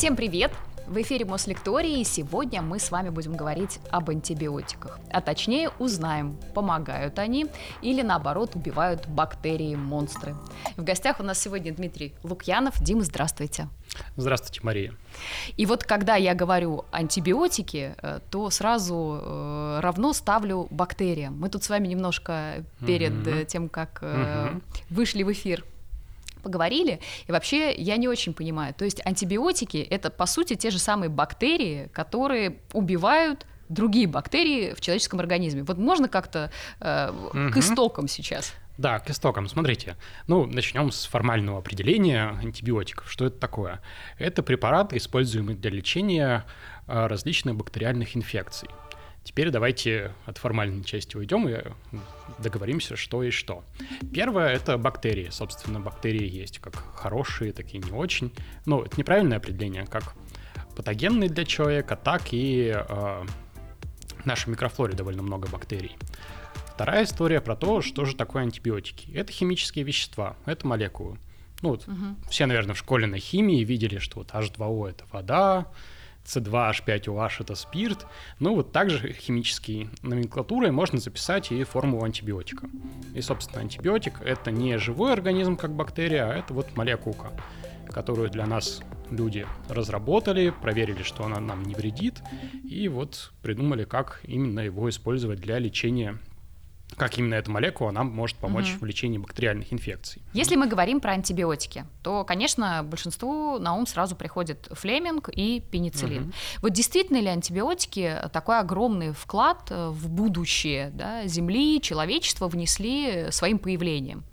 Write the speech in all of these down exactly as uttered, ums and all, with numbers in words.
Всем привет! В эфире Мослектории, и сегодня мы с вами будем говорить об антибиотиках. А точнее узнаем, помогают они или наоборот убивают бактерии-монстры. В гостях у нас сегодня Дмитрий Лукьянов. Дима, здравствуйте. Здравствуйте, Мария. И вот когда я говорю антибиотики, то сразу равно ставлю бактериям. Мы тут с вами немножко перед угу. тем, как угу. вышли в эфир, поговорили, и вообще я не очень понимаю. То есть антибиотики — это, по сути, те же самые бактерии, которые убивают другие бактерии в человеческом организме. Вот можно как-то э, угу. к истокам сейчас? Да, к истокам. Смотрите, ну, начнем с формального определения антибиотиков. Что это такое? Это препараты, используемые для лечения различных бактериальных инфекций. Теперь давайте от формальной части уйдем и договоримся, что и что. Первое — это бактерии. Собственно, бактерии есть как хорошие, так и не очень. Ну, это неправильное определение, как патогенные для человека, так и э, в нашей микрофлоре довольно много бактерий. Вторая история про то, что же такое антибиотики. Это химические вещества, это молекулы. Ну, вот угу. все, наверное, в школе на химии видели, что вот эйч два о — это вода, си два эйч пять о эйч это спирт. Ну вот также химической номенклатурой можно записать и формулу антибиотика. И, собственно, антибиотик — это не живой организм, как бактерия, а это вот молекулка, которую для нас люди разработали, проверили, что она нам не вредит, и вот придумали, как именно его использовать для лечения, как именно эта молекула нам может помочь угу. в лечении бактериальных инфекций. Если мы говорим про антибиотики, то, конечно, большинству на ум сразу приходит Флеминг и пенициллин. Угу. Вот действительно ли антибиотики такой огромный вклад в будущее, да, Земли, человечества внесли своим появлением?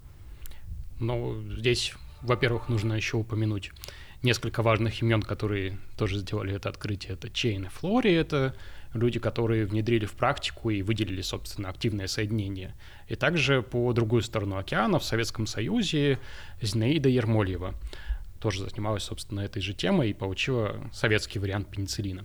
Ну, здесь, во-первых, нужно еще упомянуть несколько важных имен, которые тоже сделали это открытие. Это Чейн и Флори, это люди, которые внедрили в практику и выделили, собственно, активное соединение. И также по другую сторону океана в Советском Союзе Зинаида Ермольева тоже занималась, собственно, этой же темой и получила советский вариант пенициллина.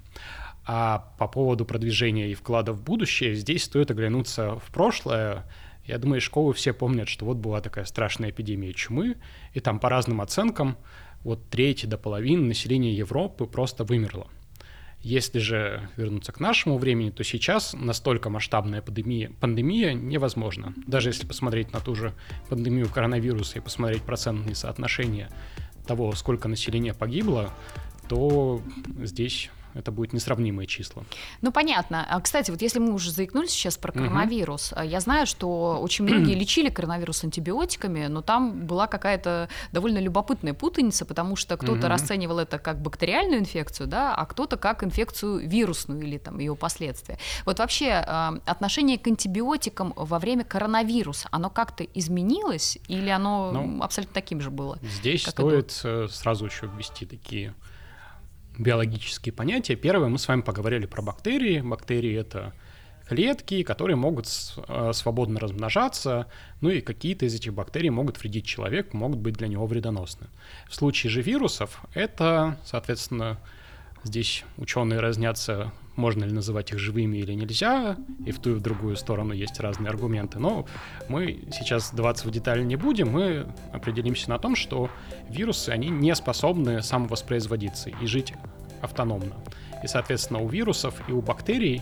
А по поводу продвижения и вклада в будущее, здесь стоит оглянуться в прошлое. Я думаю, школы все помнят, что вот была такая страшная эпидемия чумы, и там по разным оценкам от трети до половины населения Европы просто вымерло. Если же вернуться к нашему времени, то сейчас настолько масштабная пандемия, пандемия невозможна. Даже если посмотреть на ту же пандемию коронавируса и посмотреть процентные соотношения того, сколько населения погибло, то здесь это будут несравнимые числа. Ну, понятно. А, кстати, вот если мы уже заикнулись сейчас про коронавирус, угу. я знаю, что очень многие лечили коронавирус антибиотиками, но там была какая-то довольно любопытная путаница, потому что кто-то угу. расценивал это как бактериальную инфекцию, да, а кто-то как инфекцию вирусную или там ее последствия. Вот вообще отношение к антибиотикам во время коронавируса, оно как-то изменилось или оно ну, абсолютно таким же было? Здесь стоит сразу еще ввести такие биологические понятия. Первое, мы с вами поговорили про бактерии. Бактерии — это клетки, которые могут свободно размножаться, ну и какие-то из этих бактерий могут вредить человеку, могут быть для него вредоносны. В случае же вирусов это, соответственно, здесь ученые разнятся, можно ли называть их живыми или нельзя, и в ту и в другую сторону есть разные аргументы, но мы сейчас вдаваться в детали не будем, мы определимся на том, что вирусы, они не способны самовоспроизводиться и жить автономно. И, соответственно, у вирусов и у бактерий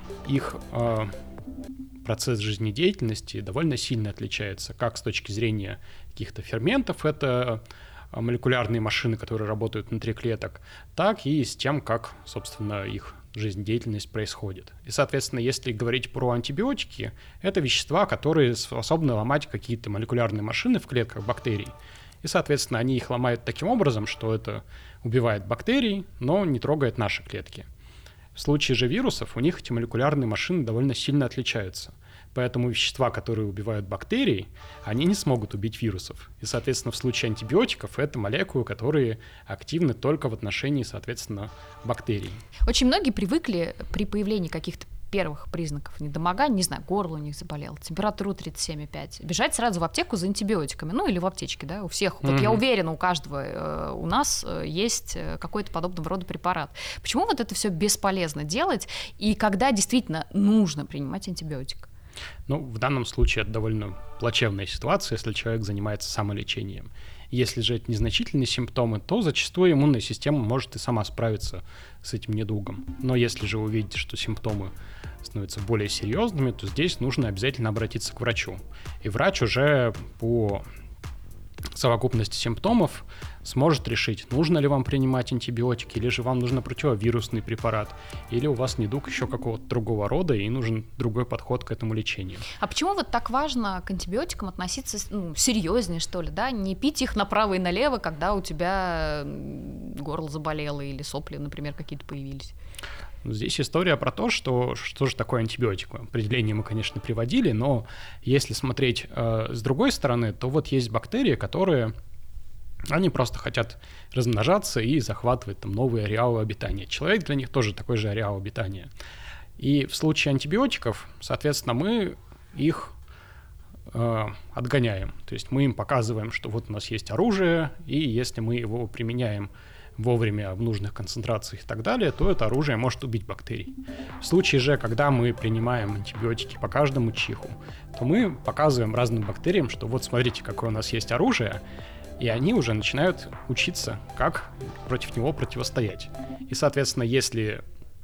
их э, процесс жизнедеятельности довольно сильно отличается, как с точки зрения каких-то ферментов, это молекулярные машины, которые работают внутри клеток, так и с тем, как, собственно, их жизнедеятельность происходит. И, соответственно, если говорить про антибиотики, это вещества, которые способны ломать какие-то молекулярные машины в клетках бактерий. И, соответственно, они их ломают таким образом, что это убивает бактерий, но не трогает наши клетки. В случае же вирусов у них эти молекулярные машины довольно сильно отличаются. Поэтому вещества, которые убивают бактерии, они не смогут убить вирусов. И, соответственно, в случае антибиотиков это молекулы, которые активны только в отношении, соответственно, бактерий. Очень многие привыкли при появлении каких-то первых признаков недомогания, не знаю, горло у них заболело, температура тридцать семь и пять, бежать сразу в аптеку за антибиотиками, ну или в аптечке, да, у всех. Mm-hmm. Вот я уверена, у каждого э, у нас есть какой-то подобного рода препарат. Почему вот это все бесполезно делать, и когда действительно нужно принимать антибиотик? Ну, в данном случае это довольно плачевная ситуация, если человек занимается самолечением. Если же это незначительные симптомы, то зачастую иммунная система может и сама справиться с этим недугом. Но если же вы увидите, что симптомы становятся более серьезными, то здесь нужно обязательно обратиться к врачу. И врач уже по совокупности симптомов сможет решить, нужно ли вам принимать антибиотики, или же вам нужен противовирусный препарат, или у вас недуг еще какого-то другого рода, и нужен другой подход к этому лечению. А почему вот так важно к антибиотикам относиться, ну, серьезнее, что ли, да? Не пить их направо и налево, когда у тебя горло заболело или сопли, например, какие-то появились? Здесь история про то, что что же такое антибиотик. Определение мы, конечно, приводили, но если смотреть э, с другой стороны, то вот есть бактерии, которые, они просто хотят размножаться и захватывать там новые ареалы обитания. Человек для них тоже такой же ареал обитания. И в случае антибиотиков, соответственно, мы их э, отгоняем. То есть мы им показываем, что вот у нас есть оружие, и если мы его применяем вовремя, в нужных концентрациях и так далее, то это оружие может убить бактерий. В случае же, когда мы принимаем антибиотики по каждому чиху, то мы показываем разным бактериям, что вот смотрите, какое у нас есть оружие, и они уже начинают учиться, как против него противостоять. И, соответственно, если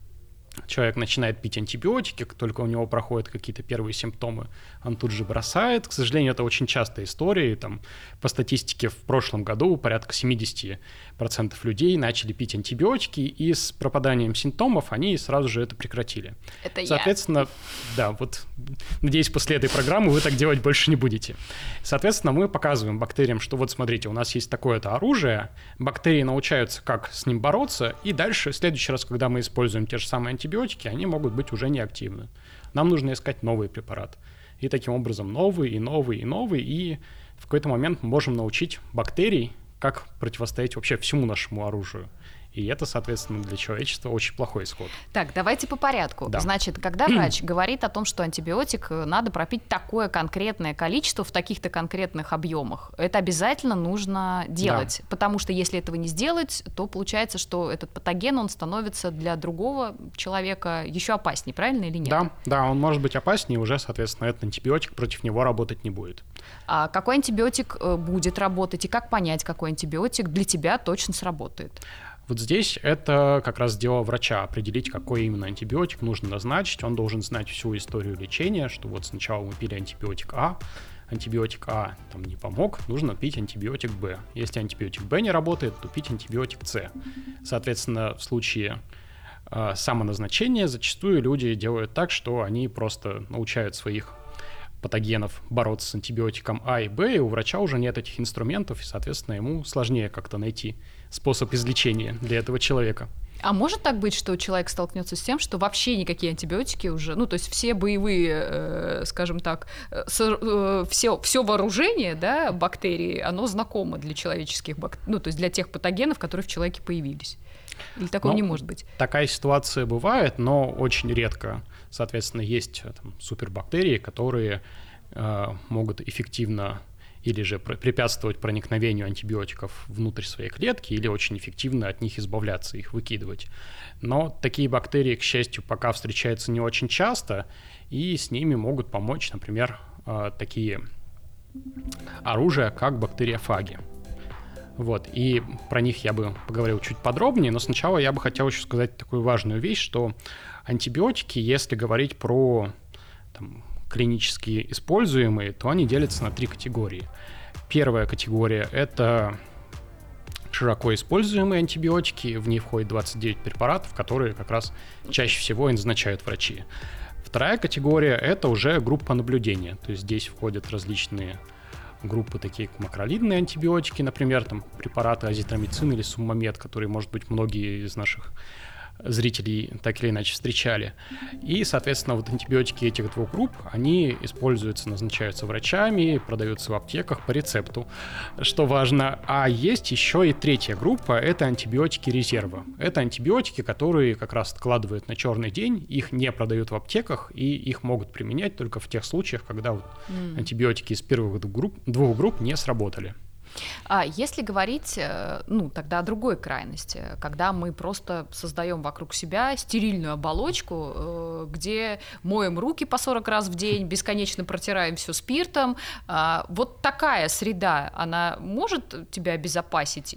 человек начинает пить антибиотики, как только у него проходят какие-то первые симптомы, он тут же бросает. К сожалению, это очень частая история. Там, по статистике в прошлом году порядка семьдесят процентов людей начали пить антибиотики, и с пропаданием симптомов они сразу же это прекратили. Это Соответственно, я. да, вот, надеюсь, после этой программы вы так делать больше не будете. Соответственно, мы показываем бактериям, что вот смотрите, у нас есть такое-то оружие, бактерии научаются, как с ним бороться, и дальше, в следующий раз, когда мы используем те же самые антибиотики, они могут быть уже неактивны. Нам нужно искать новый препарат. И таким образом новый, и новый, и новый, и в какой-то момент мы можем научить бактерий, как противостоять вообще всему нашему оружию. И это, соответственно, для человечества очень плохой исход. Так, давайте по порядку. Да. Значит, когда врач говорит о том, что антибиотик надо пропить такое конкретное количество в таких-то конкретных объемах, это обязательно нужно делать. Да. Потому что если этого не сделать, то получается, что этот патоген, он становится для другого человека еще опаснее, правильно или нет? Да, да, он может быть опаснее, и уже, соответственно, этот антибиотик против него работать не будет. А какой антибиотик будет работать, и как понять, какой антибиотик для тебя точно сработает? Вот здесь это как раз дело врача, определить, какой именно антибиотик нужно назначить. Он должен знать всю историю лечения, что вот сначала мы пили антибиотик А, антибиотик А там не помог, нужно пить антибиотик Б. Если антибиотик Б не работает, то пить антибиотик С. Соответственно, в случае э, самоназначения зачастую люди делают так, что они просто научают своих патогенов бороться с антибиотиком А и Б, и у врача уже нет этих инструментов, и, соответственно, ему сложнее как-то найти способ излечения для этого человека. А может так быть, что человек столкнется с тем, что вообще никакие антибиотики уже, ну, то есть все боевые, э, скажем так, э, э, все, все вооружение, да, бактерий, оно знакомо для человеческих бактерий, ну, то есть для тех патогенов, которые в человеке появились? Или такого но не может быть? Такая ситуация бывает, но очень редко. Соответственно, есть там супербактерии, которые э, могут эффективно или же препятствовать проникновению антибиотиков внутрь своей клетки, или очень эффективно от них избавляться, их выкидывать. Но такие бактерии, к счастью, пока встречаются не очень часто, и с ними могут помочь, например, э, такие оружия, как бактериофаги. Вот, и про них я бы поговорил чуть подробнее, но сначала я бы хотел еще сказать такую важную вещь, что антибиотики, если говорить про там, клинически используемые, то они делятся на три категории. Первая категория — это широко используемые антибиотики, в них входит двадцать девять препаратов, которые как раз чаще всего и назначают врачи. Вторая категория — это уже группа наблюдения, то есть здесь входят различные группы, такие как макролидные антибиотики, например, там препараты азитромицин или суммамед, которые, может быть, многие из наших зрителей так или иначе встречали. И, соответственно, вот антибиотики этих двух групп, они используются, назначаются врачами, продаются в аптеках по рецепту, что важно. А есть еще и третья группа, это антибиотики резерва. Это антибиотики, которые как раз откладывают на черный день, их не продают в аптеках, и их могут применять только в тех случаях, когда вот mm. антибиотики из первых двух групп, двух групп не сработали. А если говорить, ну, тогда о другой крайности, когда мы просто создаем вокруг себя стерильную оболочку, где моем руки по сорок раз в день, бесконечно протираем все спиртом, вот такая среда, она может тебя обезопасить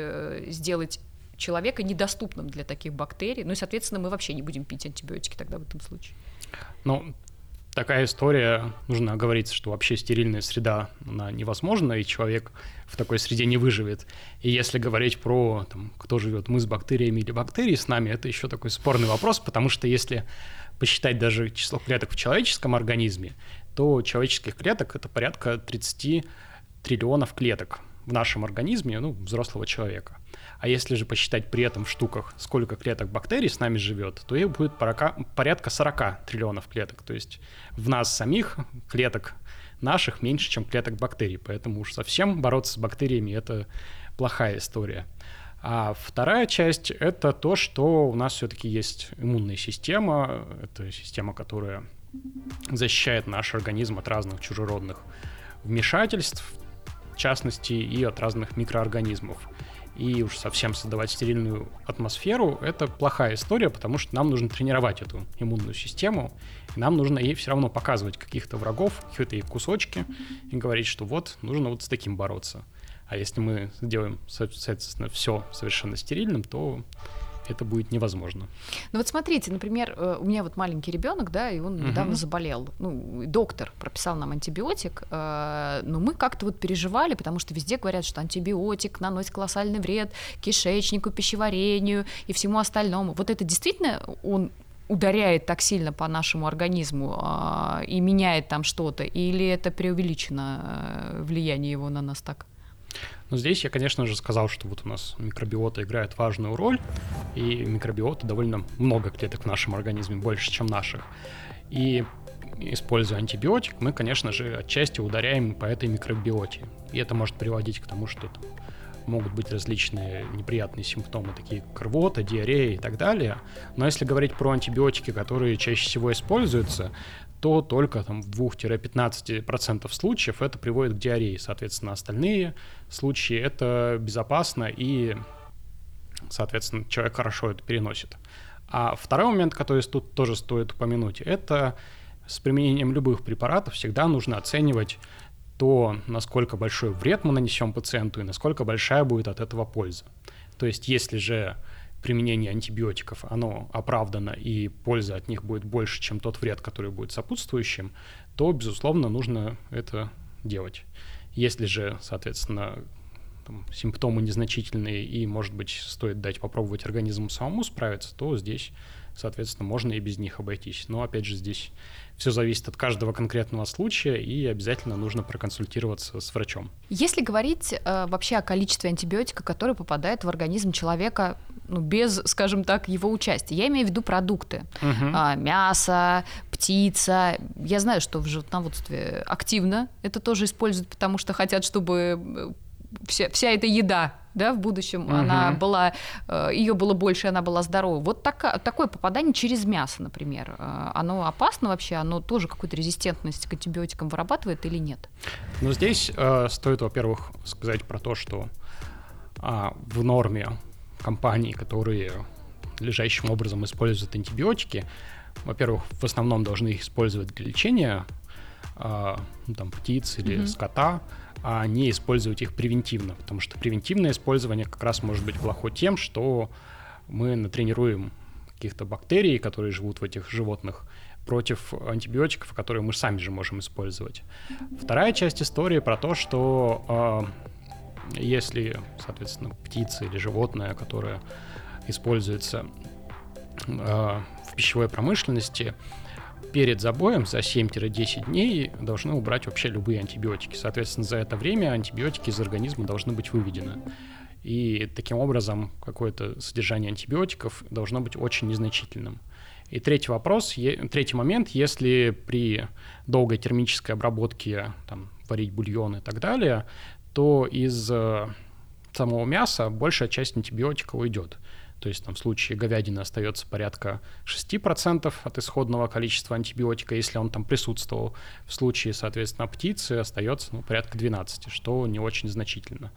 и сделать человека недоступным для таких бактерий? Ну и, соответственно, мы вообще не будем пить антибиотики тогда в этом случае. Ну, такая история, нужно оговориться, что вообще стерильная среда, она невозможна, и человек в такой среде не выживет. И если говорить про, там, кто живет, мы с бактериями или бактерии с нами, это еще такой спорный вопрос, потому что если посчитать даже число клеток в человеческом организме, то человеческих клеток это порядка тридцать триллионов клеток в нашем организме, ну, взрослого человека. А если же посчитать при этом в штуках, сколько клеток бактерий с нами живет, то их будет порядка сорок триллионов клеток. То есть в нас самих клеток наших меньше, чем клеток бактерий. Поэтому уж совсем бороться с бактериями – это плохая история. А вторая часть – это то, что у нас все-таки есть иммунная система. Это система, которая защищает наш организм от разных чужеродных вмешательств, в частности, и от разных микроорганизмов. И уж совсем создавать стерильную атмосферу – это плохая история, потому что нам нужно тренировать эту иммунную систему, и нам нужно ей все равно показывать каких-то врагов, какие-то их кусочки, и говорить, что вот, нужно вот с таким бороться. А если мы сделаем, соответственно, все совершенно стерильным, то это будет невозможно. Ну вот смотрите, например, у меня вот маленький ребенок, да, и он uh-huh. недавно заболел. Ну, доктор прописал нам антибиотик, но мы как-то вот переживали, потому что везде говорят, что антибиотик наносит колоссальный вред кишечнику, пищеварению и всему остальному. Вот это действительно он ударяет так сильно по нашему организму а, и меняет там что-то, или это преувеличено влияние его на нас так? Но здесь я, конечно же, сказал, что вот у нас микробиота играет важную роль, и микробиота довольно много клеток в нашем организме, больше, чем наших. И используя антибиотик, мы, конечно же, отчасти ударяем по этой микробиоте. И это может приводить к тому, что там могут быть различные неприятные симптомы, такие как рвота, диарея и так далее. Но если говорить про антибиотики, которые чаще всего используются, то только там, в двух-пятнадцати процентах случаев это приводит к диарее. Соответственно, остальные случаи это безопасно и, соответственно, человек хорошо это переносит. А второй момент, который тут тоже стоит упомянуть, это с применением любых препаратов всегда нужно оценивать то, насколько большой вред мы нанесем пациенту и насколько большая будет от этого польза. То есть, если же применение антибиотиков, оно оправдано и польза от них будет больше, чем тот вред, который будет сопутствующим, то, безусловно, нужно это делать. Если же, соответственно, там, симптомы незначительные и, может быть, стоит дать попробовать организму самому справиться, то здесь, соответственно, можно и без них обойтись. Но, опять же, здесь все зависит от каждого конкретного случая, и обязательно нужно проконсультироваться с врачом. Если говорить э, вообще о количестве антибиотика, который попадает в организм человека, ну, без, скажем так, его участия, я имею в виду продукты. Uh-huh. А, мясо, птица. Я знаю, что в животноводстве активно это тоже используют, потому что хотят, чтобы вся, вся эта еда, да, в будущем uh-huh. она была, ее было больше, она была здорова. Вот так, такое попадание через мясо, например, оно опасно вообще? Оно тоже какую-то резистентность к антибиотикам вырабатывает или нет? Ну, здесь э, стоит, во-первых, сказать про то, что а, в норме компаний, которые надлежащим образом используют антибиотики, во-первых, в основном должны их использовать для лечения э, ну, там, птиц или mm-hmm. скота, а не использовать их превентивно, потому что превентивное использование как раз может быть плохо тем, что мы натренируем каких-то бактерий, которые живут в этих животных, против антибиотиков, которые мы сами же можем использовать. Вторая часть истории про то, что э, если, соответственно, птица или животное, которое используется э, в пищевой промышленности, перед забоем за семь-десять дней должны убрать вообще любые антибиотики. Соответственно, за это время антибиотики из организма должны быть выведены. И таким образом какое-то содержание антибиотиков должно быть очень незначительным. И третий вопрос, третий момент, если при долгой термической обработке там, варить бульон и так далее, то из самого мяса большая часть антибиотика уйдет. То есть там в случае говядины остается порядка шесть процентов от исходного количества антибиотика, если он там присутствовал. В случае, соответственно, птицы остается ну, порядка двенадцать, что не очень значительно.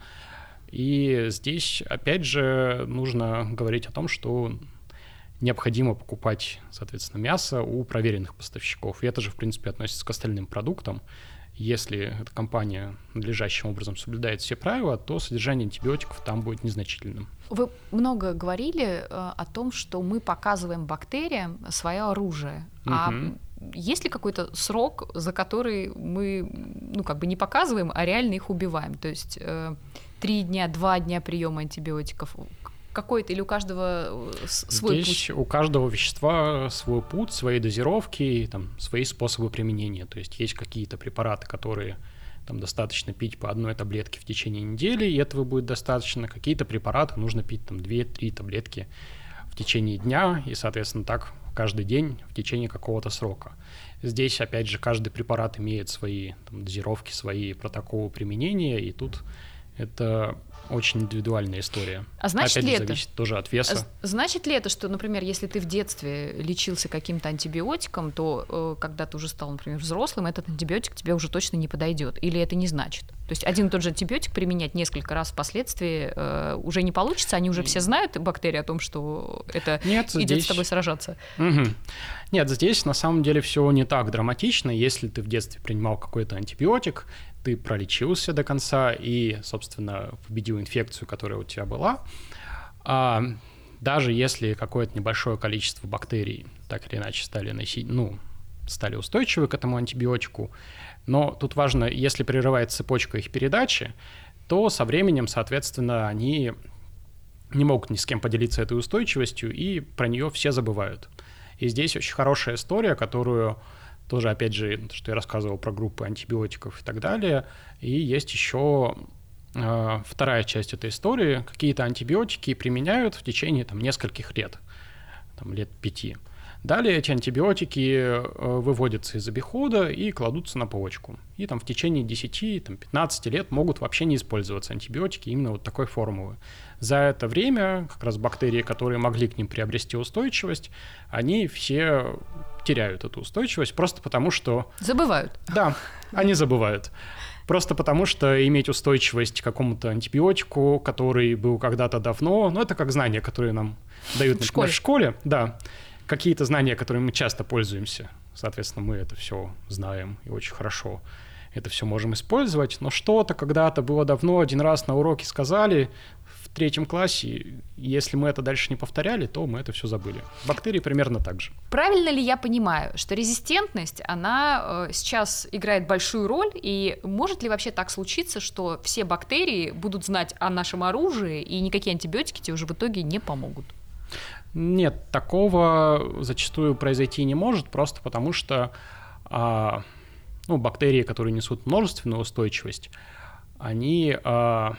И здесь, опять же, нужно говорить о том, что необходимо покупать, соответственно, мясо у проверенных поставщиков. И это же, в принципе, относится к остальным продуктам. Если эта компания надлежащим образом соблюдает все правила, то содержание антибиотиков там будет незначительным. Вы много говорили э, о том, что мы показываем бактериям свое оружие. Uh-huh. А есть ли какой-то срок, за который мы, ну, как бы не показываем, а реально их убиваем? То есть э, три дня, два дня приема антибиотиков. Какой-то или у каждого свой Здесь путь? У каждого вещества свой путь, свои дозировки, там, свои способы применения. То есть есть какие-то препараты, которые там, достаточно пить по одной таблетке в течение недели, и этого будет достаточно. Какие-то препараты нужно пить там, две-три таблетки в течение дня, и, соответственно, так каждый день в течение какого-то срока. Здесь, опять же, каждый препарат имеет свои там, дозировки, свои протоколы применения, и тут это очень индивидуальная история. А значит Опять ли же, это? зависит тоже от веса. А значит ли это, что, например, если ты в детстве лечился каким-то антибиотиком, то э, когда ты уже стал, например, взрослым, этот антибиотик тебе уже точно не подойдет? Или это не значит? То есть один и тот же антибиотик применять несколько раз впоследствии э, уже не получится? Они уже все знают, бактерии, о том, что это Нет, идет здесь... с тобой сражаться? Угу. Нет, здесь на самом деле все не так драматично. Если ты в детстве принимал какой-то антибиотик, ты пролечился до конца и, собственно, победил инфекцию, которая у тебя была. А даже если какое-то небольшое количество бактерий так или иначе стали носить, ну, стали устойчивы к этому антибиотику, но тут важно, если прерывается цепочка их передачи, то со временем, соответственно, они не могут ни с кем поделиться этой устойчивостью, и про нее все забывают. И здесь очень хорошая история, которую тоже, опять же, что я рассказывал про группы антибиотиков и так далее. И есть еще э, вторая часть этой истории. Какие-то антибиотики применяют в течение там, нескольких лет, там, лет пяти. Далее эти антибиотики э, выводятся из обихода и кладутся на полочку. И там, в течение десяти-пятнадцати лет могут вообще не использоваться антибиотики именно вот такой формулы. За это время как раз бактерии, которые могли к ним приобрести устойчивость, они все теряют эту устойчивость просто потому, что... Забывают. Да, они забывают. Просто потому, что иметь устойчивость к какому-то антибиотику, который был когда-то давно, ну, это как знания, которые нам дают, например, в школе. В школе, да. Какие-то знания, которыми мы часто пользуемся. Соответственно, мы это все знаем и очень хорошо это все можем использовать. Но что-то когда-то было давно, один раз на уроке сказали в третьем классе, если мы это дальше не повторяли, то мы это все забыли. Бактерии примерно так же. Правильно ли я понимаю, что резистентность, она э, сейчас играет большую роль, и может ли вообще так случиться, что все бактерии будут знать о нашем оружии, и никакие антибиотики тебе уже в итоге не помогут? Нет, такого зачастую произойти не может, просто потому что а, ну, бактерии, которые несут множественную устойчивость, они а,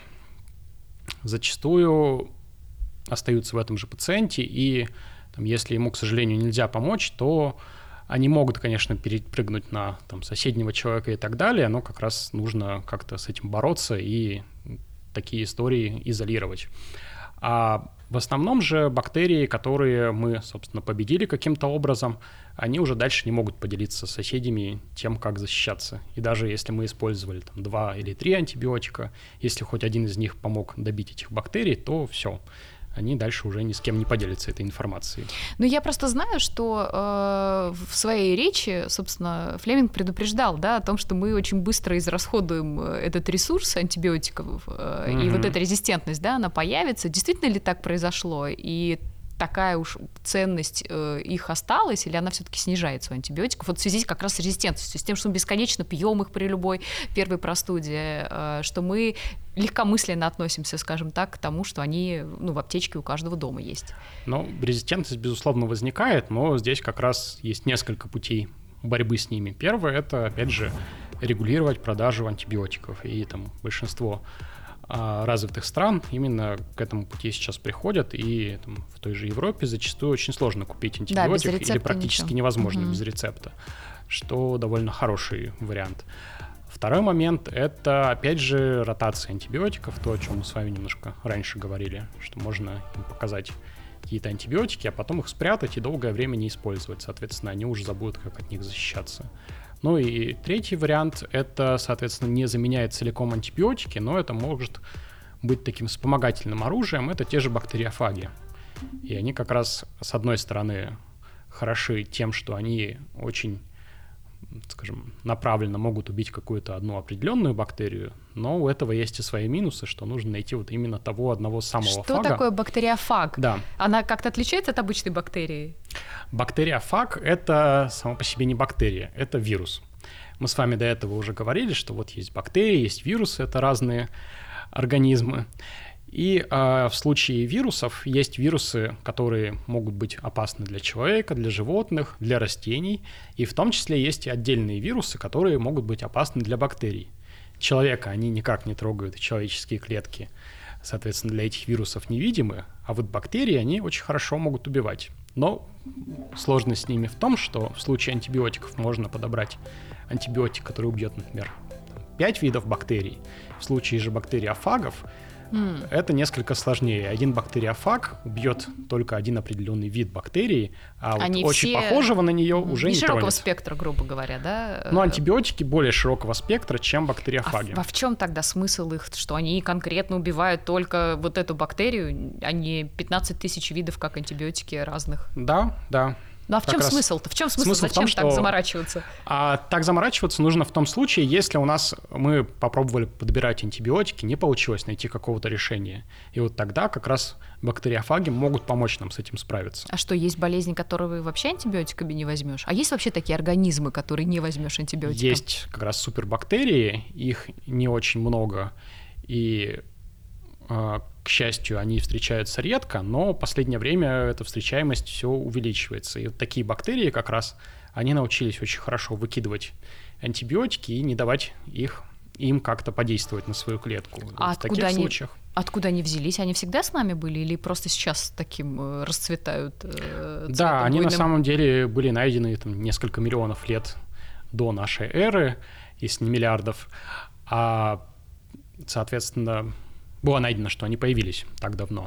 зачастую остаются в этом же пациенте, и там, если ему, к сожалению, нельзя помочь, то они могут, конечно, перепрыгнуть на там, соседнего человека и так далее, но как раз нужно как-то с этим бороться и такие истории изолировать. А в основном же бактерии, которые мы, собственно, победили каким-то образом, они уже дальше не могут поделиться с соседями тем, как защищаться. И даже если мы использовали там, два или три антибиотика, если хоть один из них помог добить этих бактерий, то все. Они дальше уже ни с кем не поделятся этой информацией. Ну, я просто знаю, что э, в своей речи, собственно, Флеминг предупреждал, да, о том, что мы очень быстро израсходуем этот ресурс антибиотиков, э, mm-hmm. и вот эта резистентность, да, она появится. Действительно ли так произошло? И такая уж ценность э, их осталась, или она все-таки снижается у антибиотиков? Вот в связи как раз с резистентностью, с тем, что мы бесконечно пьем их при любой первой простуде, э, что мы легкомысленно относимся, скажем так, к тому, что они ну, в аптечке у каждого дома есть. Ну, резистентность, безусловно, возникает, но здесь как раз есть несколько путей борьбы с ними. Первое — это, опять же, регулировать продажу антибиотиков, и там большинство развитых стран именно к этому пути сейчас приходят, и там, в той же Европе зачастую очень сложно купить антибиотик, да, или практически ничего. невозможно угу. без рецепта, что довольно хороший вариант. Второй момент — это, опять же, ротация антибиотиков, то, о чем мы с вами немножко раньше говорили, что можно им показать какие-то антибиотики, а потом их спрятать и долгое время не использовать. Соответственно, они уже забудут, как от них защищаться. Ну и третий вариант — это, соответственно, не заменяет целиком антибиотики, но это может быть таким вспомогательным оружием. Это те же бактериофаги. И они как раз, с одной стороны, хороши тем, что они очень, скажем, направленно могут убить какую-то одну определенную бактерию, но у этого есть и свои минусы, что нужно найти вот именно того одного самого что фага. Что такое бактериофаг? Да. Она как-то отличается от обычной бактерии? Бактериофаг — это само по себе не бактерия, это вирус. Мы с вами до этого уже говорили, что вот есть бактерии, есть вирусы, это разные организмы. И э, в случае вирусов есть вирусы, которые могут быть опасны для человека, для животных, для растений. И в том числе есть и отдельные вирусы, которые могут быть опасны для бактерий. Человека они никак не трогают, человеческие клетки, соответственно, для этих вирусов невидимы, а вот бактерии они очень хорошо могут убивать. Но сложность с ними в том, что в случае антибиотиков можно подобрать антибиотик, который убьет, например, пять видов бактерий. В случае же бактериофагов Mm. это несколько сложнее. Один бактериофаг убьет только один определенный вид бактерии, а вот очень все... похожего на нее mm. уже не, не широкого тронет. спектра, грубо говоря, да? Но антибиотики более широкого спектра, чем бактериофаги. А в, а в чем тогда смысл их, что они конкретно убивают только вот эту бактерию, а не пятнадцать тысяч видов, как антибиотики разных? Да, да. Ну а в чем раз... смысл-то? В чем смысл? смысл Зачем в том, так что... заморачиваться? А, так заморачиваться нужно в том случае, если у нас мы попробовали подбирать антибиотики, не получилось найти какого-то решения. И вот тогда как раз бактериофаги могут помочь нам с этим справиться. А что, есть болезни, которые вообще антибиотиками не возьмешь? А есть вообще такие организмы, которые не возьмешь антибиотиками? Есть как раз супербактерии, их не очень много. И... к счастью, они встречаются редко, но в последнее время эта встречаемость все увеличивается. И вот такие бактерии как раз, они научились очень хорошо выкидывать антибиотики и не давать их, им как-то подействовать на свою клетку. А в таких они, случаях. Откуда они взялись? Они всегда с нами были или просто сейчас таким э, расцветают э, Да, они буйным? на самом деле были найдены там, несколько миллионов лет до нашей эры, если не миллиардов. А, соответственно... было найдено, что они появились так давно.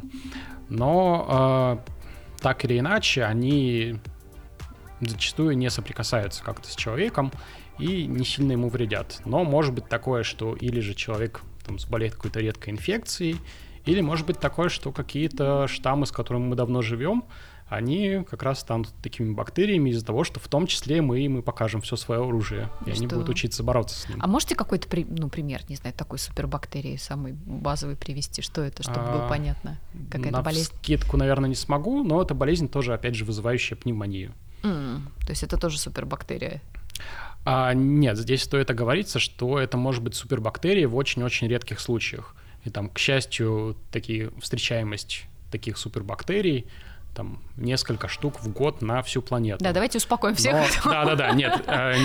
Но э, так или иначе, они зачастую не соприкасаются как-то с человеком и не сильно ему вредят. Но может быть такое, что или же человек там, заболеет какой-то редкой инфекцией, или может быть такое, что какие-то штаммы, с которыми мы давно живем, они как раз станут такими бактериями из-за того, что в том числе мы им и покажем все свое оружие, и что? Они будут учиться бороться с ним. А можете какой-то ну, пример, не знаю, такой супербактерии, самый базовый привести? Что это, чтобы а, было понятно? Какая-то болезнь? Навскидку, наверное, не смогу, но это болезнь тоже, опять же, вызывающая пневмонию. Mm, то есть это тоже супербактерия? А, нет, здесь стоит оговориться, что это может быть супербактерия в очень-очень редких случаях. И там, к счастью, такие, встречаемость таких супербактерий там несколько штук в год на всю планету. Да, давайте успокоим всех. Да-да-да, нет.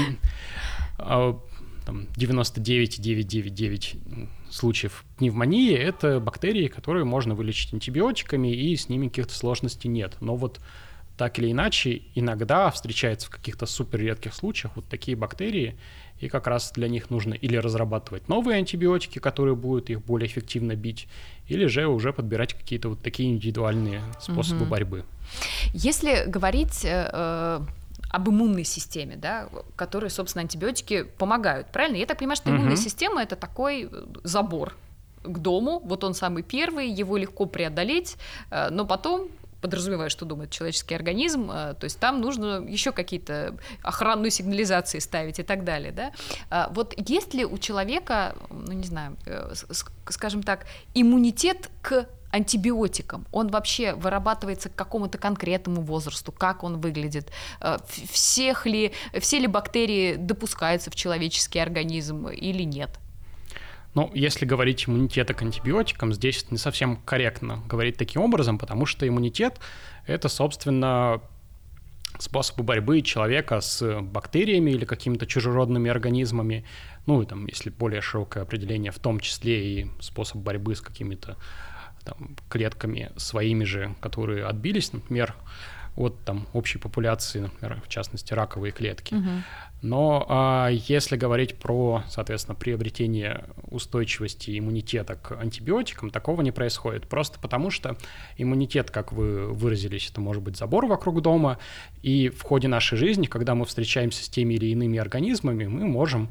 девяносто девять целых девятьсот девяносто девять случаев пневмонии — это бактерии, которые можно вылечить антибиотиками, и с ними каких-то сложностей нет. Но вот так или иначе, иногда встречаются в каких-то суперредких случаях вот такие бактерии, и как раз для них нужно или разрабатывать новые антибиотики, которые будут их более эффективно бить, или же уже подбирать какие-то вот такие индивидуальные способы угу. борьбы. Если говорить э, об иммунной системе, да, которой, собственно, антибиотики помогают, правильно? Я так понимаю, что иммунная угу. система — это такой забор к дому, вот он самый первый, его легко преодолеть, э, но потом... подразумеваю, что думает человеческий организм, то есть там нужно еще какие-то охранную сигнализации ставить и так далее, да? Вот есть ли у человека, ну не знаю, скажем так, иммунитет к антибиотикам? Он вообще вырабатывается к какому-то конкретному возрасту? Как он выглядит? Всех ли, все ли бактерии допускаются в человеческий организм или нет? Ну, если говорить иммунитет к антибиотикам, здесь не совсем корректно говорить таким образом, потому что иммунитет — это, собственно, способ борьбы человека с бактериями или какими-то чужеродными организмами. Ну, и там, если более широкое определение, в том числе и способ борьбы с какими-то там клетками своими же, которые отбились, например, от там, общей популяции, например, в частности, раковые клетки. Угу. Но а, если говорить про, соответственно, приобретение устойчивости иммунитета к антибиотикам, такого не происходит. Просто потому что иммунитет, как вы выразились, это может быть забор вокруг дома, и в ходе нашей жизни, когда мы встречаемся с теми или иными организмами, мы можем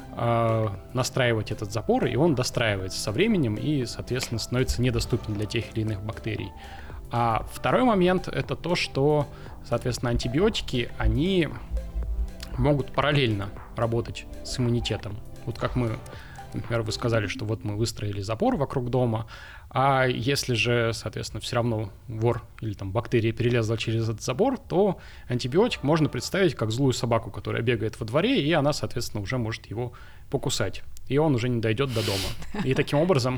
а, настраивать этот забор, и он достраивается со временем и, соответственно, становится недоступен для тех или иных бактерий. А второй момент — это то, что, соответственно, антибиотики, они могут параллельно работать с иммунитетом. Вот как мы, например, вы сказали, что вот мы выстроили забор вокруг дома, а если же, соответственно, все равно вор или там бактерия перелезла через этот забор, то антибиотик можно представить как злую собаку, которая бегает во дворе, и она, соответственно, уже может его покусать, и он уже не дойдет до дома. И таким образом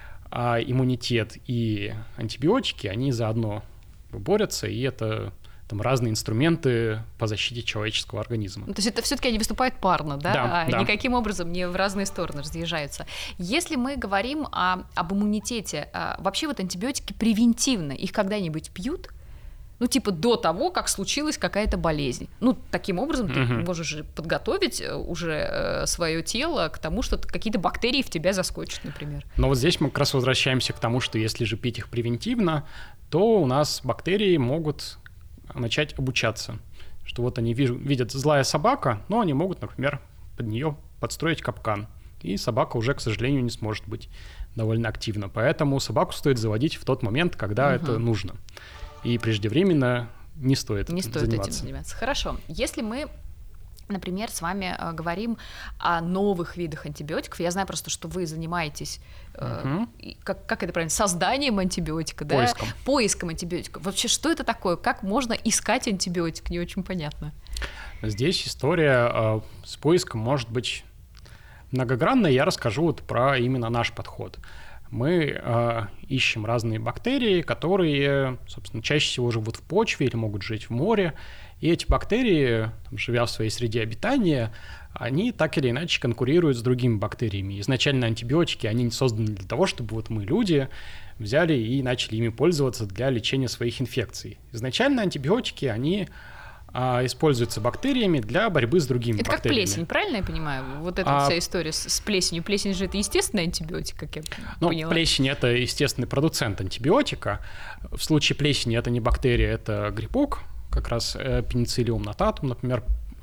иммунитет и антибиотики, они заодно борются, и это там разные инструменты по защите человеческого организма. То есть это все-таки они выступают парно, да? Да, а да. Никаким образом не в разные стороны разъезжаются. Если мы говорим о, об иммунитете, а, вообще вот антибиотики превентивно, их когда-нибудь пьют? Ну, типа до того, как случилась какая-то болезнь. Ну, таким образом ты Угу. можешь подготовить уже свое тело к тому, что какие-то бактерии в тебя заскочат, например. Но вот здесь мы как раз возвращаемся к тому, что если же пить их превентивно, то у нас бактерии могут начать обучаться. Что вот они видят злая собака, но они могут, например, под нее подстроить капкан. И собака уже, к сожалению, не сможет быть довольно активна. Поэтому собаку стоит заводить в тот момент, когда угу. это нужно. И преждевременно не стоит не этим стоит заниматься. этим заниматься. Хорошо. Если мы, например, с вами э, говорим о новых видах антибиотиков, я знаю просто, что вы занимаетесь, э, угу. как, как это правильно, созданием антибиотика, Поиском. да? Поиском антибиотика. Вообще, что это такое? Как можно искать антибиотик? Не очень понятно. Здесь история э, с поиском может быть многогранная. Я расскажу вот про именно наш подход. Мы э, ищем разные бактерии, которые, собственно, чаще всего живут в почве или могут жить в море. И эти бактерии, там, живя в своей среде обитания, они так или иначе конкурируют с другими бактериями. Изначально антибиотики, они не созданы для того, чтобы вот мы, люди, взяли и начали ими пользоваться для лечения своих инфекций. Изначально антибиотики, они а, используются бактериями для борьбы с другими это бактериями. Это как плесень, правильно я понимаю? Вот эта а... вся история с, с плесенью. Плесень же это естественный антибиотик, как я ну, поняла. Плесень — это естественный продуцент антибиотика. В случае плесени это не бактерия, это грибок. Как раз пенициллиум нотатум, например,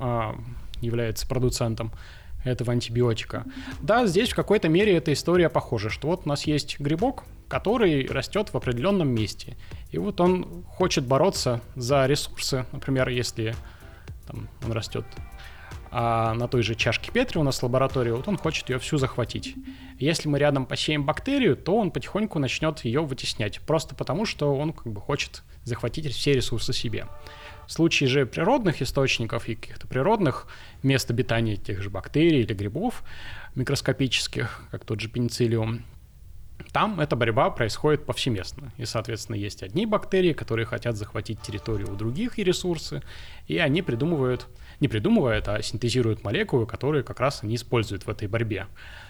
является продуцентом этого антибиотика. Да, здесь в какой-то мере эта история похожа, что вот у нас есть грибок, который растет в определенном месте. И вот он хочет бороться за ресурсы. Например, если там, он растет а на той же чашке Петри у нас в лаборатории, вот он хочет ее всю захватить. Если мы рядом посеем бактерию, то он потихоньку начнет ее вытеснять, просто потому что он как бы хочет захватить все ресурсы себе. В случае же природных источников и каких-то природных мест обитания тех же бактерий или грибов микроскопических, как тот же пенициллиум, там эта борьба происходит повсеместно. И, соответственно, есть одни бактерии, которые хотят захватить территорию у других и ресурсы, и они придумывают, не придумывают, а синтезируют молекулы, которые как раз они используют в этой борьбе.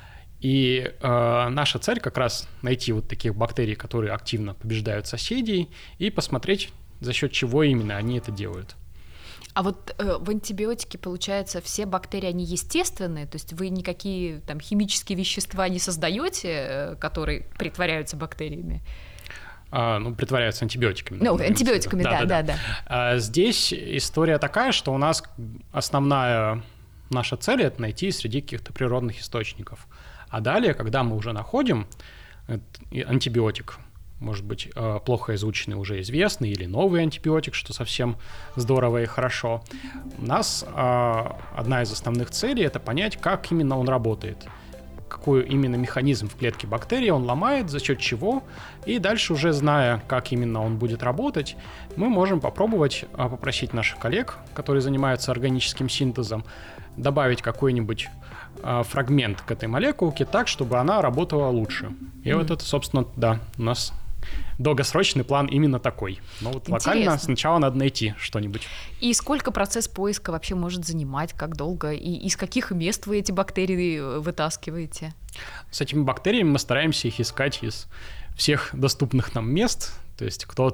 И э, наша цель как раз найти вот таких бактерий, которые активно побеждают соседей, и посмотреть, за счет чего именно они это делают. А вот э, в антибиотике, получается, все бактерии, они естественные? То есть вы никакие там химические вещества не создаете, э, которые притворяются бактериями? А, ну, притворяются антибиотиками. Ну, антибиотиками, да, да, да. да. А здесь история такая, что у нас основная наша цель — это найти среди каких-то природных источников. А далее, когда мы уже находим антибиотик, может быть, плохо изученный, уже известный, или новый антибиотик, что совсем здорово и хорошо. У нас одна из основных целей — это понять, как именно он работает, какой именно механизм в клетке бактерии он ломает, за счет чего, и дальше, уже зная, как именно он будет работать, мы можем попробовать попросить наших коллег, которые занимаются органическим синтезом, добавить какой-нибудь фрагмент к этой молекулке так, чтобы она работала лучше. И mm-hmm. вот это, собственно, да, у нас долгосрочный план именно такой. Но вот Интересно. Локально сначала надо найти что-нибудь. И сколько процесс поиска вообще может занимать, как долго? И из каких мест вы эти бактерии вытаскиваете? С этими бактериями мы стараемся их искать из всех доступных нам мест. То есть кто-то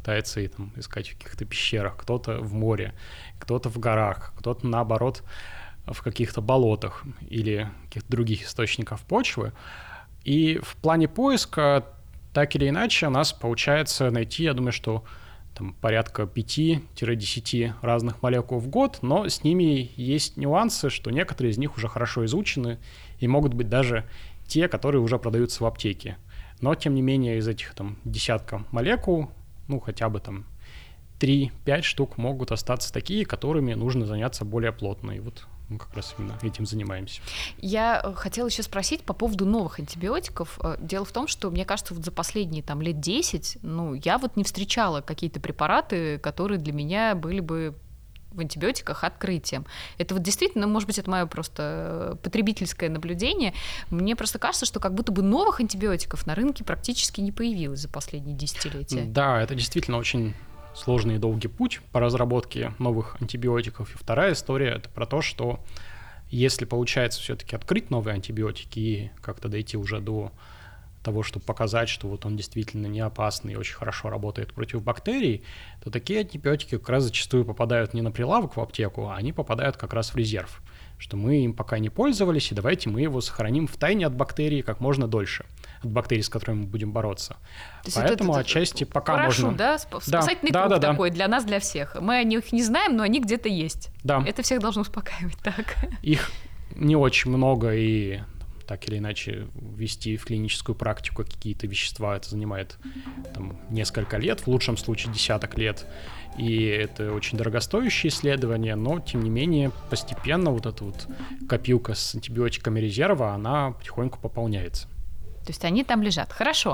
пытается и, там, искать в каких-то пещерах, кто-то в море, кто-то в горах, кто-то, наоборот, в каких-то болотах или каких-то других источниках почвы. И в плане поиска, так или иначе, у нас получается найти, я думаю, что там порядка пяти-десяти разных молекул в год, но с ними есть нюансы, что некоторые из них уже хорошо изучены и могут быть даже те, которые уже продаются в аптеке. Но, тем не менее, из этих там десятка молекул, ну, хотя бы там три-пять штук могут остаться такие, которыми нужно заняться более плотно. И вот мы как раз именно этим занимаемся. Я хотела еще спросить по поводу новых антибиотиков. Дело в том, что, мне кажется, вот за последние там лет десять, ну, я вот не встречала какие-то препараты, которые для меня были бы в антибиотиках открытием. Это вот действительно, может быть, это мое просто потребительское наблюдение. Мне просто кажется, что как будто бы новых антибиотиков на рынке практически не появилось за последние десятилетия. Да, это действительно очень сложный и долгий путь по разработке новых антибиотиков. И вторая история — это про то, что если получается все-таки открыть новые антибиотики и как-то дойти уже до того, чтобы показать, что вот он действительно не опасный и очень хорошо работает против бактерий, то такие антибиотики как раз зачастую попадают не на прилавок в аптеку, а они попадают как раз в резерв, что мы им пока не пользовались, и давайте мы его сохраним в тайне от бактерий как можно дольше, от бактерий, с которыми мы будем бороться. Поэтому это, отчасти это, пока парашют, можно... да? Спасательный да, круг да, такой да. для нас, для всех. Мы о них не знаем, но они где-то есть. Да. Это всех должно успокаивать, так. Их не очень много, и так или иначе ввести в клиническую практику какие-то вещества, это занимает там, несколько лет, в лучшем случае десяток лет, и это очень дорогостоящие исследования, но, тем не менее, постепенно вот эта вот копилка с антибиотиками резерва, она потихоньку пополняется. То есть они там лежат. Хорошо.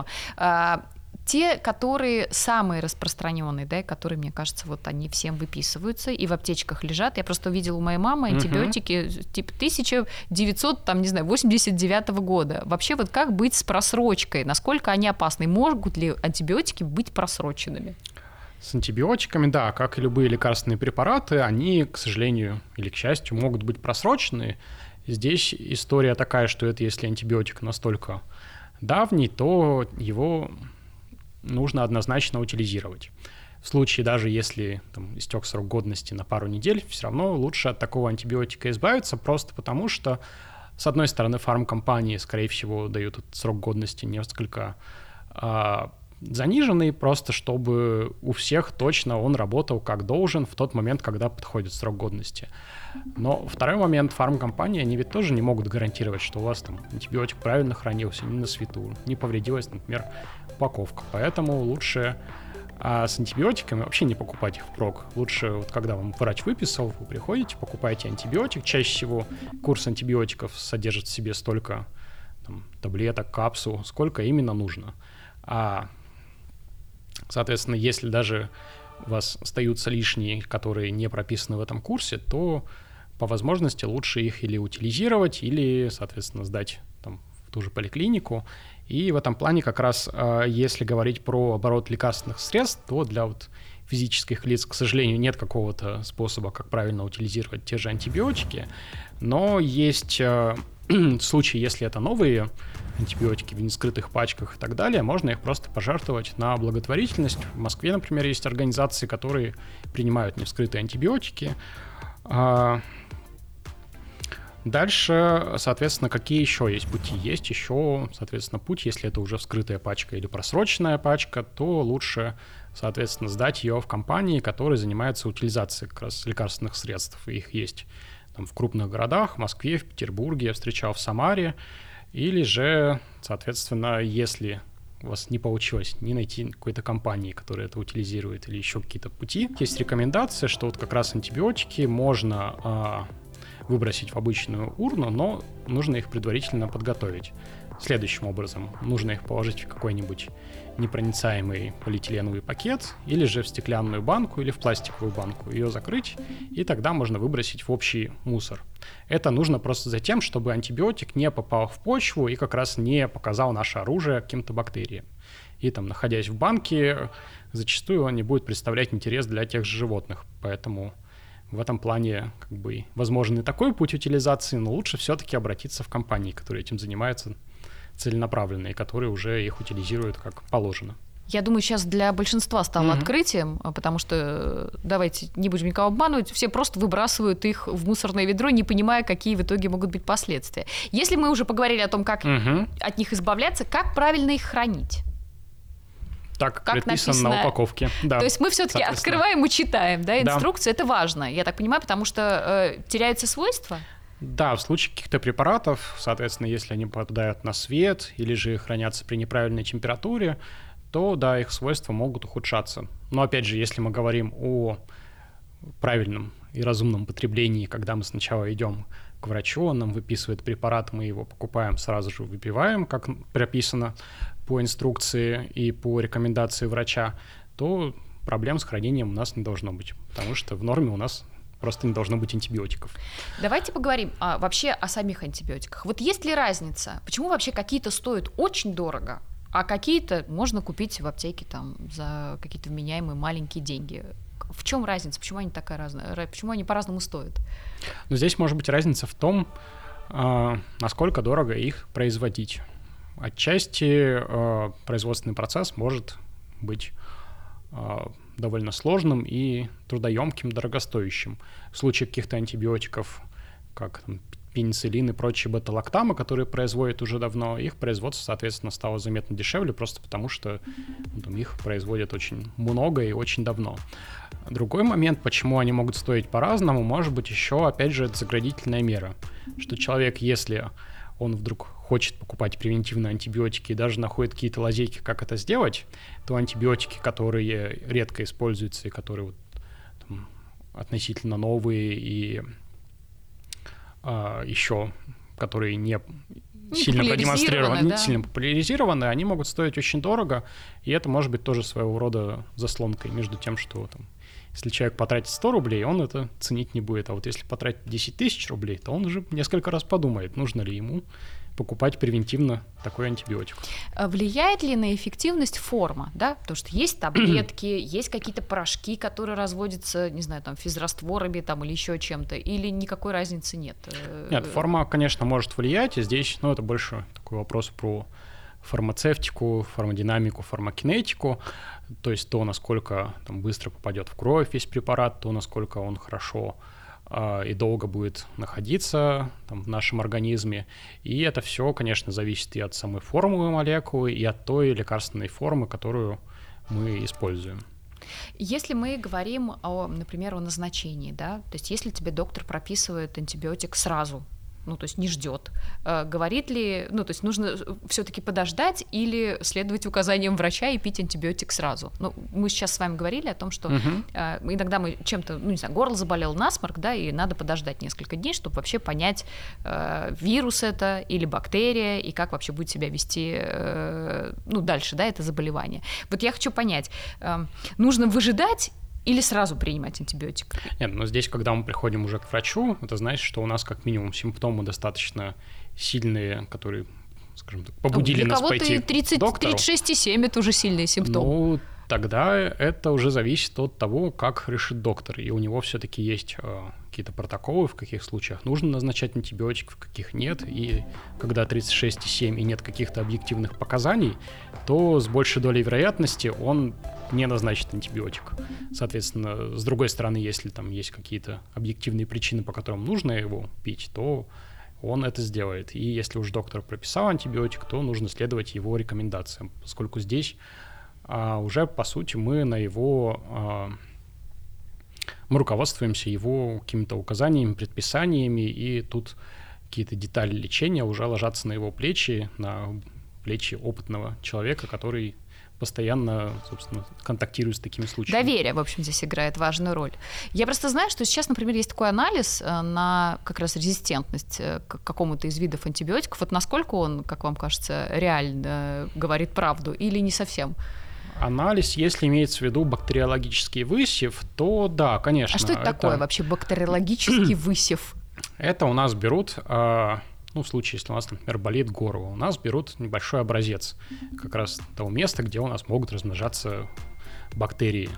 Те, которые самые распространенные, да, которые, мне кажется, вот они всем выписываются и в аптечках лежат. Я просто увидела у моей мамы антибиотики uh-huh. типа тысяча девятьсот, там, не знаю, восемьдесят девятого года. Вообще вот как быть с просрочкой? Насколько они опасны? Могут ли антибиотики быть просроченными? С антибиотиками, да, как и любые лекарственные препараты, они, к сожалению или к счастью, могут быть просрочены. Здесь история такая, что это если антибиотик настолько давний, то его нужно однозначно утилизировать. В случае, даже если там, истек срок годности на пару недель, все равно лучше от такого антибиотика избавиться, просто потому что, с одной стороны, фармкомпании, скорее всего, дают этот срок годности несколько а, заниженный, просто чтобы у всех точно он работал как должен в тот момент, когда подходит срок годности. Но второй момент, фармкомпании, они ведь тоже не могут гарантировать, что у вас там антибиотик правильно хранился, не на свету, не повредилась, например, упаковка. Поэтому лучше а с антибиотиками вообще не покупать их впрок. Лучше, вот когда вам врач выписал, вы приходите, покупаете антибиотик. Чаще всего курс антибиотиков содержит в себе столько там, таблеток, капсул, сколько именно нужно. А, соответственно, если даже у вас остаются лишние, которые не прописаны в этом курсе, то по возможности лучше их или утилизировать, или, соответственно, сдать там, в ту же поликлинику. И в этом плане как раз, если говорить про оборот лекарственных средств, то для вот физических лиц, к сожалению, нет какого-то способа, как правильно утилизировать те же антибиотики, но есть случаи, если это новые антибиотики в нескрытых пачках и так далее, можно их просто пожертвовать на благотворительность. В Москве, например, есть организации, которые принимают невскрытые антибиотики. Дальше, соответственно, какие еще есть пути? Есть еще, соответственно, путь, если это уже вскрытая пачка или просроченная пачка, то лучше, соответственно, сдать ее в компании, которые занимаются утилизацией как раз лекарственных средств. Их есть там, в крупных городах, в Москве, в Петербурге, я встречал в Самаре. Или же, соответственно, если у вас не получилось не найти какой-то компании, которая это утилизирует, или еще какие-то пути, есть рекомендация, что вот как раз антибиотики можно а, выбросить в обычную урну, но нужно их предварительно подготовить. Следующим образом, нужно их положить в какой-нибудь непроницаемый полиэтиленовый пакет, или же в стеклянную банку, или в пластиковую банку, ее закрыть, и тогда можно выбросить в общий мусор. Это нужно просто за тем, чтобы антибиотик не попал в почву и как раз не показал наше оружие каким-то бактериям. И там, находясь в банке, зачастую он не будет представлять интерес для тех же животных, поэтому в этом плане как бы возможен и такой путь утилизации, но лучше все-таки обратиться в компании, которые этим занимаются целенаправленно и которые уже их утилизируют как положено. Я думаю, сейчас для большинства стало Mm-hmm. открытием, потому что, давайте не будем никого обманывать, все просто выбрасывают их в мусорное ведро, не понимая, какие в итоге могут быть последствия. Если мы уже поговорили о том, как Mm-hmm. от них избавляться, как правильно их хранить? Так, как предписано написано на упаковке. Да, то есть мы все-таки открываем и читаем, да, инструкцию, да. Это важно, я так понимаю, потому что э, теряются свойства? Да, в случае каких-то препаратов, соответственно, если они попадают на свет или же хранятся при неправильной температуре, то, да, их свойства могут ухудшаться. Но, опять же, если мы говорим о правильном и разумном потреблении, когда мы сначала идем к врачу, он нам выписывает препарат, мы его покупаем, сразу же выпиваем, как прописано по инструкции и по рекомендации врача, то проблем с хранением у нас не должно быть, потому что в норме у нас просто не должно быть антибиотиков. Давайте поговорим а, вообще о самих антибиотиках. Вот есть ли разница? Почему вообще какие-то стоят очень дорого, а какие-то можно купить в аптеке там за какие-то вменяемые маленькие деньги? В чем разница? Почему они такая разная? Почему они по-разному стоят? Ну, здесь может быть разница в том, насколько дорого их производить. Отчасти э, производственный процесс может быть э, довольно сложным и трудоемким, дорогостоящим. В случае каких-то антибиотиков, как там, пенициллин и прочие бета-лактамы, которые производят уже давно, их производство, соответственно, стало заметно дешевле, просто потому что ну, там, их производят очень много и очень давно. Другой момент, почему они могут стоить по-разному, может быть еще, опять же, это заградительная мера. Что человек, если он вдруг хочет покупать превентивные антибиотики и даже находит какие-то лазейки, как это сделать, то антибиотики, которые редко используются и которые вот, там, относительно новые и а, еще, которые не, не сильно продемонстрированы, да. не сильно популяризированы, они могут стоить очень дорого, и это может быть тоже своего рода заслонкой между тем, что там, если человек потратит сто рублей, он это ценить не будет. А вот если потратить десять тысяч рублей, то он уже несколько раз подумает, нужно ли ему покупать превентивно такой антибиотик. Влияет ли на эффективность форма, да? Потому что есть таблетки, есть какие-то порошки, которые разводятся, не знаю, там, физрастворами там, или еще чем-то, или никакой разницы нет? Нет, форма, конечно, может влиять, и здесь, ну, это больше такой вопрос про фармацевтику, фармодинамику, фармакинетику, то есть то, насколько там, быстро попадет в кровь весь препарат, то, насколько он хорошо и долго будет находиться там, в нашем организме. И это все, конечно, зависит и от самой формулы молекулы, и от той лекарственной формы, которую мы используем. Если мы говорим, о, например, о назначении, да, то есть если тебе доктор прописывает антибиотик сразу, ну, то есть не ждет. Говорит ли, ну, то есть нужно все-таки подождать или следовать указаниям врача и пить антибиотик сразу? Ну, мы сейчас с вами говорили о том, что uh-huh. иногда мы чем-то, ну, не знаю, горло заболел, насморк, да, и надо подождать несколько дней, чтобы вообще понять, вирус это или бактерия, и как вообще будет себя вести, ну, дальше, да, это заболевание. Вот я хочу понять, нужно выжидать или сразу принимать антибиотик? Нет, но здесь, когда мы приходим уже к врачу, это значит, что у нас как минимум симптомы достаточно сильные, которые, скажем так, побудили ну, нас пойти тридцать, к доктору. тридцать шесть и семь это уже сильные симптомы. Ну, тогда это уже зависит от того, как решит доктор. И у него все-таки есть э, какие-то протоколы, в каких случаях нужно назначать антибиотик, в каких нет. И когда тридцать шесть и семь и нет каких-то объективных показаний, то с большей долей вероятности он не назначит антибиотик. Соответственно, с другой стороны, если там есть какие-то объективные причины, по которым нужно его пить, то он это сделает. И если уж доктор прописал антибиотик, то нужно следовать его рекомендациям, поскольку здесь а, уже, по сути, мы на его... А, мы руководствуемся его какими-то указаниями, предписаниями, и тут какие-то детали лечения уже ложатся на его плечи, на плечи опытного человека, который постоянно, собственно, контактирует с такими случаями. Доверие, в общем, здесь играет важную роль. Я просто знаю, что сейчас, например, есть такой анализ на как раз резистентность к какому-то из видов антибиотиков. Вот насколько он, как вам кажется, реально говорит правду или не совсем? Анализ, если имеется в виду бактериологический высев, то да, конечно. А что это, это... такое вообще бактериологический высев? Это у нас берут... Ну, в случае, если у нас, например, болит горло, у нас берут небольшой образец как раз того места, где у нас могут размножаться бактерии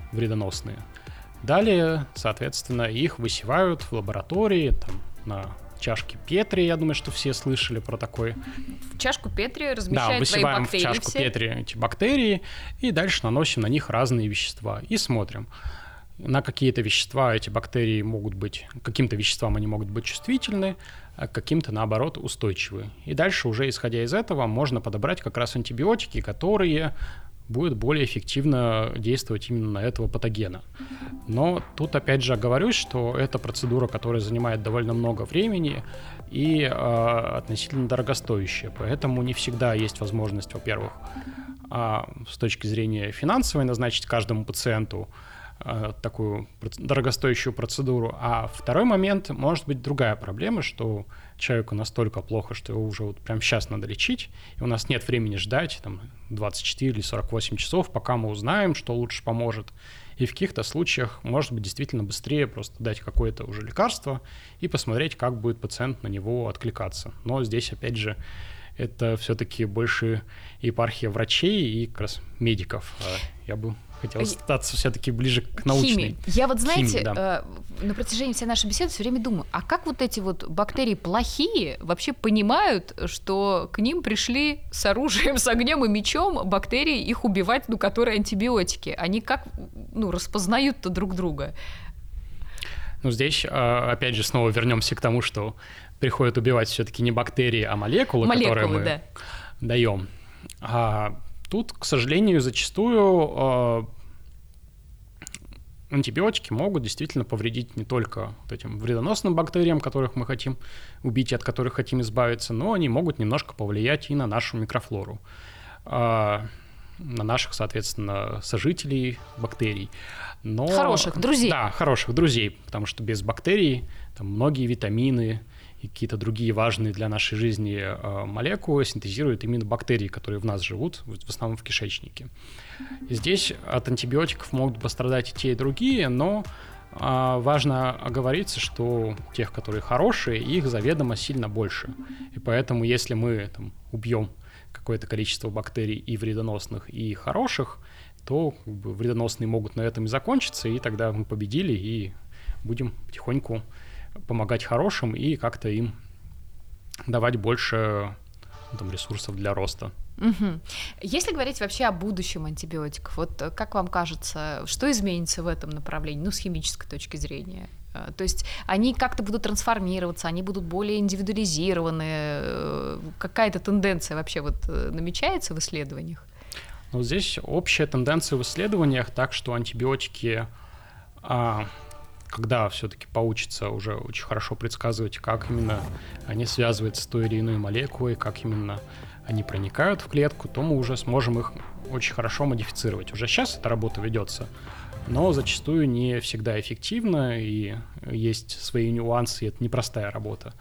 вредоносные. Далее, соответственно, их высевают в лаборатории там, на чашки Петри, я думаю, что все слышали про такой. В чашку Петри размещаем да, твои высыпаем бактерии. в чашку все. Петри эти бактерии и дальше наносим на них разные вещества и смотрим. На какие-то вещества эти бактерии могут быть, к каким-то веществам они могут быть чувствительны, а к каким-то, наоборот, устойчивы. И дальше уже, исходя из этого, можно подобрать как раз антибиотики, которые будут более эффективно действовать именно на этого патогена. Но тут, опять же, оговорюсь, что это процедура, которая занимает довольно много времени и э, относительно дорогостоящая. Поэтому не всегда есть возможность, во-первых, э, с точки зрения финансовой назначить каждому пациенту такую дорогостоящую процедуру. А второй момент, может быть другая проблема, что человеку настолько плохо, что его уже вот прямо сейчас надо лечить, и у нас нет времени ждать там, двадцать четыре или сорок восемь часов, пока мы узнаем, что лучше поможет. И в каких-то случаях может быть действительно быстрее просто дать какое-то уже лекарство и посмотреть, как будет пациент на него откликаться. Но здесь, опять же, это все-таки больше епархия врачей и как раз медиков. Я бы хотел остаться все-таки ближе к научной химии. Я вот, знаете, химии, да. э, на протяжении всей нашей беседы все время думаю, а как вот эти вот бактерии плохие вообще понимают, что к ним пришли с оружием, с огнем и мечом бактерии, их убивать, ну, которые антибиотики? Они как, ну, распознают-то друг друга? Ну, здесь, опять же, снова вернемся к тому, что приходят убивать все-таки не бактерии, а молекулы, молекулы которые мы да. даем. А тут, к сожалению, зачастую антибиотики могут действительно повредить не только вот этим вредоносным бактериям, которых мы хотим убить и от которых хотим избавиться, но они могут немножко повлиять и на нашу микрофлору, на наших, соответственно, сожителей бактерий. Но, хороших друзей. Да, хороших друзей, потому что без бактерий там многие витамины и какие-то другие важные для нашей жизни э, молекулы синтезируют именно бактерии, которые в нас живут, в основном в кишечнике. И здесь от антибиотиков могут пострадать и те, и другие, но э, важно оговориться, что тех, которые хорошие, их заведомо сильно больше. И поэтому, если мы там, убьем какое-то количество бактерий и вредоносных, и хороших, то как бы, вредоносные могут на этом и закончиться, и тогда мы победили, и будем потихоньку помогать хорошим и как-то им давать больше ну, там, ресурсов для роста. Угу. Если говорить вообще о будущем антибиотиков, вот как вам кажется, что изменится в этом направлении, ну, с химической точки зрения? То есть они как-то будут трансформироваться, они будут более индивидуализированы, какая-то тенденция вообще вот намечается в исследованиях? Ну, здесь общая тенденция в исследованиях так, что антибиотики... А, когда все-таки получится уже очень хорошо предсказывать, как именно они связываются с той или иной молекулой, как именно они проникают в клетку, то мы уже сможем их очень хорошо модифицировать. Уже сейчас эта работа ведется, но зачастую не всегда эффективно, и есть свои нюансы, и это непростая работа.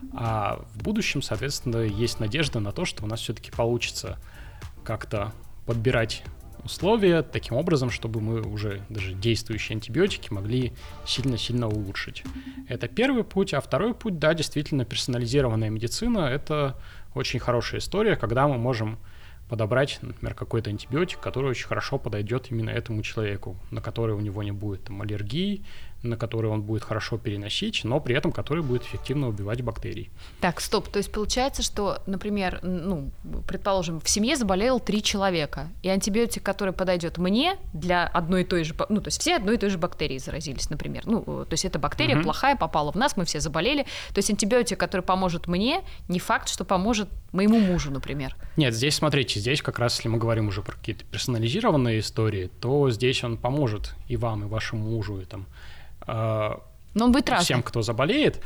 А в будущем, соответственно, есть надежда на то, что у нас все-таки получится как-то подбирать условия таким образом, чтобы мы уже даже действующие антибиотики могли сильно-сильно улучшить. Это первый путь. А второй путь, да, действительно, персонализированная медицина — это очень хорошая история, когда мы можем подобрать, например, какой-то антибиотик, который очень хорошо подойдет именно этому человеку, на который у него не будет там, аллергии, на который он будет хорошо переносить, но при этом который будет эффективно убивать бактерии. Так, стоп, то есть получается, что, например, ну, предположим, в семье заболело три человека, и антибиотик, который подойдет мне для одной и той же, ну, то есть все одной и той же бактерии заразились, например, ну, то есть эта бактерия угу. плохая, попала в нас, мы все заболели, то есть антибиотик, который поможет мне, не факт, что поможет моему мужу, например. Нет, здесь, смотрите, здесь как раз, если мы говорим уже про какие-то персонализированные истории, то здесь он поможет и вам, и вашему мужу, и там Но он будет разный. всем, кто заболеет.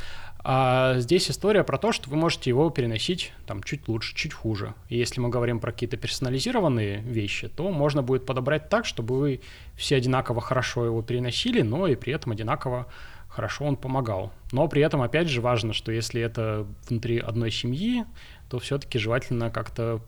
А здесь история про то, что вы можете его переносить там, чуть лучше, чуть хуже. И если мы говорим про какие-то персонализированные вещи, то можно будет подобрать так, чтобы вы все одинаково хорошо его переносили, но и при этом одинаково хорошо он помогал. Но при этом, опять же, важно, что если это внутри одной семьи, то все-таки желательно как-то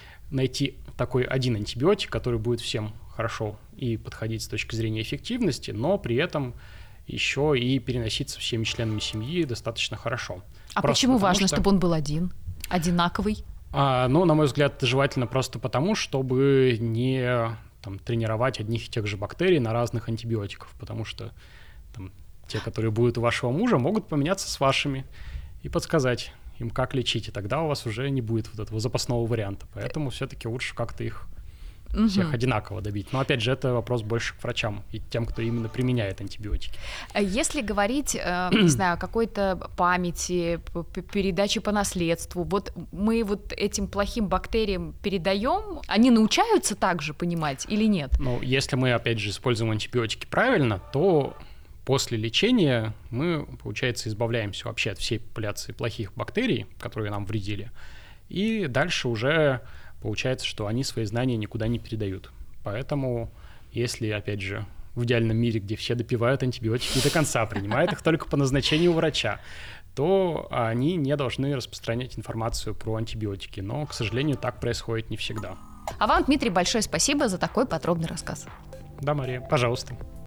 найти такой один антибиотик, который будет всем хорошо и подходить с точки зрения эффективности, но при этом еще и переноситься всеми членами семьи достаточно хорошо. А просто почему важно, что... чтобы он был один, одинаковый? А, ну, на мой взгляд, это желательно просто потому, чтобы не там, тренировать одних и тех же бактерий на разных антибиотиках, потому что там, те, которые будут у вашего мужа, могут поменяться с вашими. и подсказать им, как лечить, и тогда у вас уже не будет вот этого запасного варианта. Поэтому все-таки лучше как-то их всех угу. одинаково добить. Но, опять же, это вопрос больше к врачам и тем, кто именно применяет антибиотики. Если говорить, не знаю, о какой-то памяти, передаче по наследству, вот мы вот этим плохим бактериям передаем, они научаются также понимать или нет? Ну, если мы, опять же, используем антибиотики правильно, то после лечения мы, получается, избавляемся вообще от всей популяции плохих бактерий, которые нам вредили, и дальше уже получается, что они свои знания никуда не передают. Поэтому, если, опять же, в идеальном мире, где все допивают антибиотики до конца, принимают их только по назначению врача, то они не должны распространять информацию про антибиотики. Но, к сожалению, так происходит не всегда. А вам, Дмитрий, большое спасибо за такой подробный рассказ. Да, Мария, пожалуйста.